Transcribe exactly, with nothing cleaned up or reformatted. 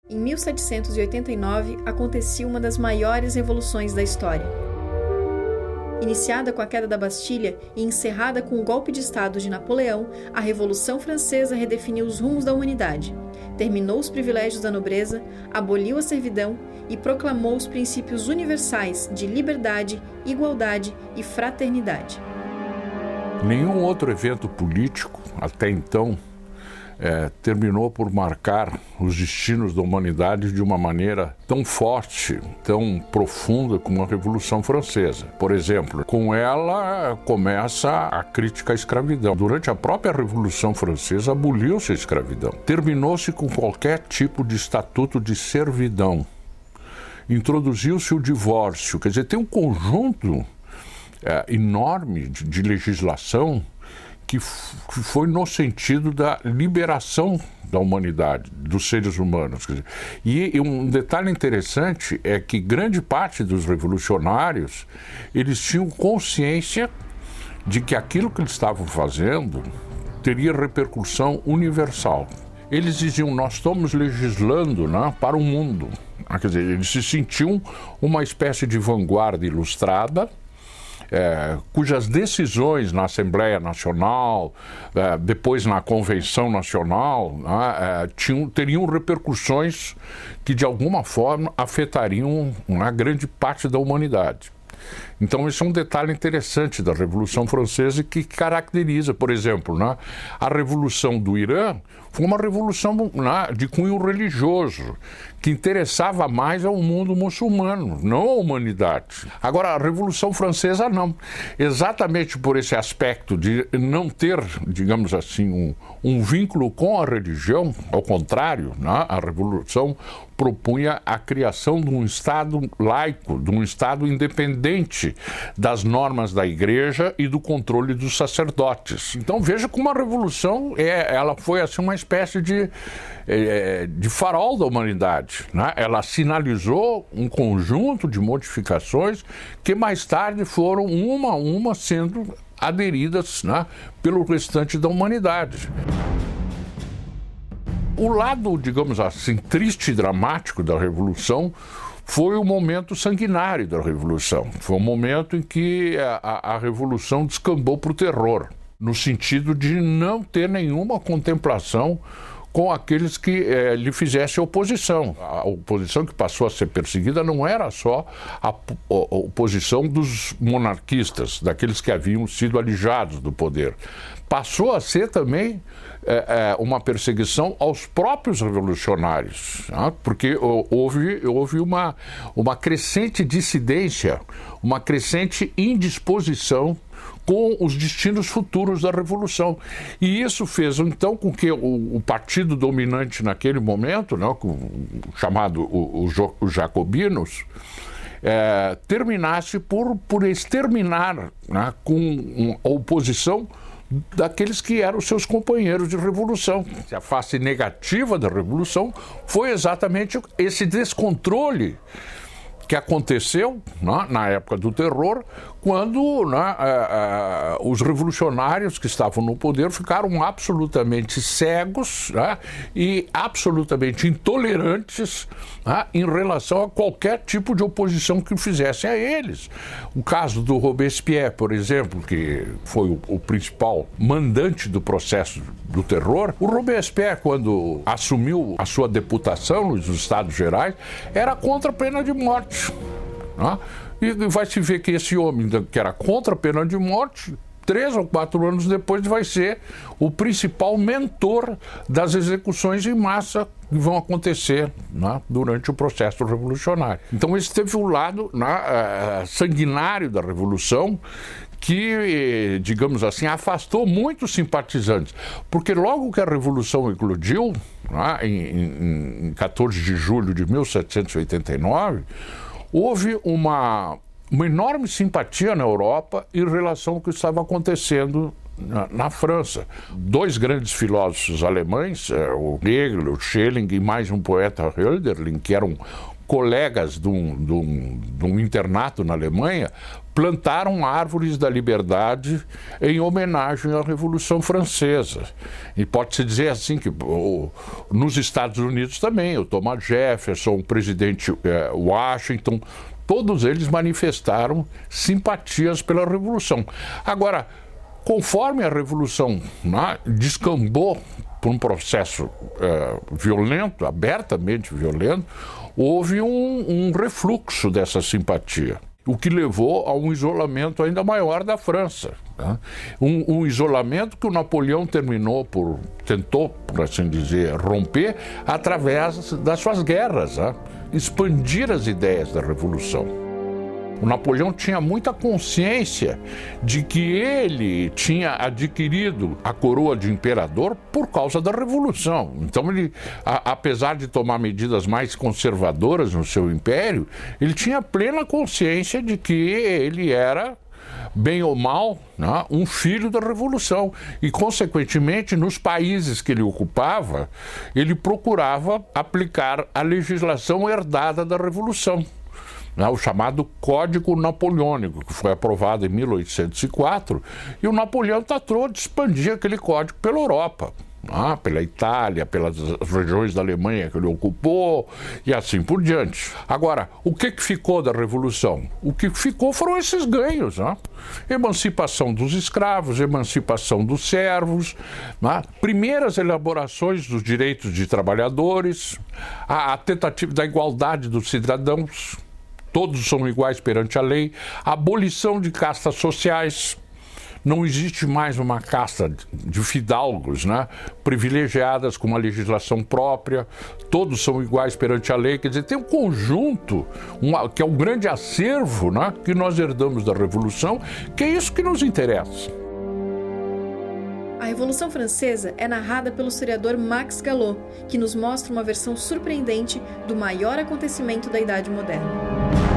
Em mil setecentos e oitenta e nove, acontecia uma das maiores revoluções da história. Iniciada com a queda da Bastilha e encerrada com o golpe de Estado de Napoleão, a Revolução Francesa redefiniu os rumos da humanidade, terminou os privilégios da nobreza, aboliu a servidão e proclamou os princípios universais de liberdade, igualdade e fraternidade. Nenhum outro evento político, até então, É, terminou por marcar os destinos da humanidade de uma maneira tão forte, tão profunda como a Revolução Francesa. Por exemplo, com ela começa a crítica à escravidão. Durante a própria Revolução Francesa, aboliu-se a escravidão. Terminou-se com qualquer tipo de estatuto de servidão. Introduziu-se o divórcio. Quer dizer, tem um conjunto é, enorme de, de legislação que foi no sentido da liberação da humanidade, dos seres humanos. E um detalhe interessante é que grande parte dos revolucionários, eles tinham consciência de que aquilo que eles estavam fazendo teria repercussão universal. Eles diziam, nós estamos legislando, né, para o mundo. Quer dizer, eles se sentiam uma espécie de vanguarda ilustrada, É, cujas decisões na Assembleia Nacional, é, depois na Convenção Nacional, né, é, tinham, teriam repercussões que de alguma forma afetariam uma grande parte da humanidade. Então esse é um detalhe interessante da Revolução Francesa que caracteriza, por exemplo, né, a Revolução do Irã foi uma revolução, né, de cunho religioso, que interessava mais ao mundo muçulmano, não à humanidade. Agora, a Revolução Francesa não. Exatamente por esse aspecto de não ter, digamos assim, um, um vínculo com a religião, ao contrário, né, a Revolução propunha a criação de um Estado laico, de um Estado independente das normas da Igreja e do controle dos sacerdotes. Então veja como a Revolução é, ela foi assim uma espécie de, é, de farol da humanidade, né? Ela sinalizou um conjunto de modificações que mais tarde foram uma a uma sendo aderidas, né, pelo restante da humanidade. O lado, digamos assim, triste e dramático da Revolução foi o momento sanguinário da Revolução. Foi um momento em que a, a Revolução descambou para o terror, no sentido de não ter nenhuma contemplação com aqueles que eh, lhe fizessem oposição. A oposição que passou a ser perseguida não era só a, a, a oposição dos monarquistas, daqueles que haviam sido alijados do poder. Passou a ser também é, é, uma perseguição aos próprios revolucionários, né? Porque houve, houve uma, uma crescente dissidência, uma crescente indisposição com os destinos futuros da Revolução. E isso fez, então, com que o, o partido dominante naquele momento, né, o, chamado o, o, os jacobinos, é, terminasse por, por exterminar, né, com a oposição daqueles que eram seus companheiros de revolução. A face negativa da Revolução foi exatamente esse descontrole que aconteceu, né, na época do terror, quando, né, uh, uh, os revolucionários que estavam no poder ficaram absolutamente cegos, né, e absolutamente intolerantes, né, em relação a qualquer tipo de oposição que fizessem a eles. O caso do Robespierre, por exemplo, que foi o, o principal mandante do processo do terror, o Robespierre, quando assumiu a sua deputação nos Estados Gerais, era contra a pena de morte, né? E vai se ver que esse homem que era contra a pena de morte, três ou quatro anos depois vai ser o principal mentor das execuções em massa que vão acontecer, né, durante o processo revolucionário. Então esse teve um lado, né, uh, sanguinário da Revolução, que, digamos assim, afastou muitos simpatizantes, porque logo que a Revolução eclodiu, né, em, em quatorze de julho de mil setecentos e oitenta e nove, houve uma, uma enorme simpatia na Europa em relação ao que estava acontecendo na, na França. Dois grandes filósofos alemães, o Hegel, o Schelling e mais um poeta, Hölderlin, que eram colegas de um, de um, de um internato na Alemanha plantaram árvores da liberdade em homenagem à Revolução Francesa. E pode-se dizer assim que oh, nos Estados Unidos também, o Thomas Jefferson, o presidente eh, Washington, todos eles manifestaram simpatias pela Revolução. Agora, conforme a Revolução, né, descambou por um processo eh, violento, abertamente violento, houve um, um refluxo dessa simpatia, o que levou a um isolamento ainda maior da França. Né? Um, um isolamento que o Napoleão terminou por, tentou, por assim dizer, romper através das suas guerras, né? Expandir as ideias da Revolução. O Napoleão tinha muita consciência de que ele tinha adquirido a coroa de imperador por causa da Revolução. Então, ele, a, apesar de tomar medidas mais conservadoras no seu império, ele tinha plena consciência de que ele era, bem ou mal, né, um filho da Revolução. E, consequentemente, nos países que ele ocupava, ele procurava aplicar a legislação herdada da Revolução. O chamado Código Napoleônico, que foi aprovado em mil oitocentos e quatro, e o Napoleão tratou de expandir aquele código pela Europa, né? Pela Itália, pelas regiões da Alemanha que ele ocupou, e assim por diante. Agora, o que, que ficou da Revolução? O que ficou foram esses ganhos, né? Emancipação dos escravos, emancipação dos servos, né? Primeiras elaborações dos direitos de trabalhadores, a, a tentativa da igualdade dos cidadãos, todos são iguais perante a lei, a abolição de castas sociais, não existe mais uma casta de fidalgos, né, privilegiadas com uma legislação própria, todos são iguais perante a lei, quer dizer, tem um conjunto, um, que é um grande acervo, né, que nós herdamos da Revolução, que é isso que nos interessa. A Revolução Francesa é narrada pelo historiador Max Gallot, que nos mostra uma versão surpreendente do maior acontecimento da Idade Moderna.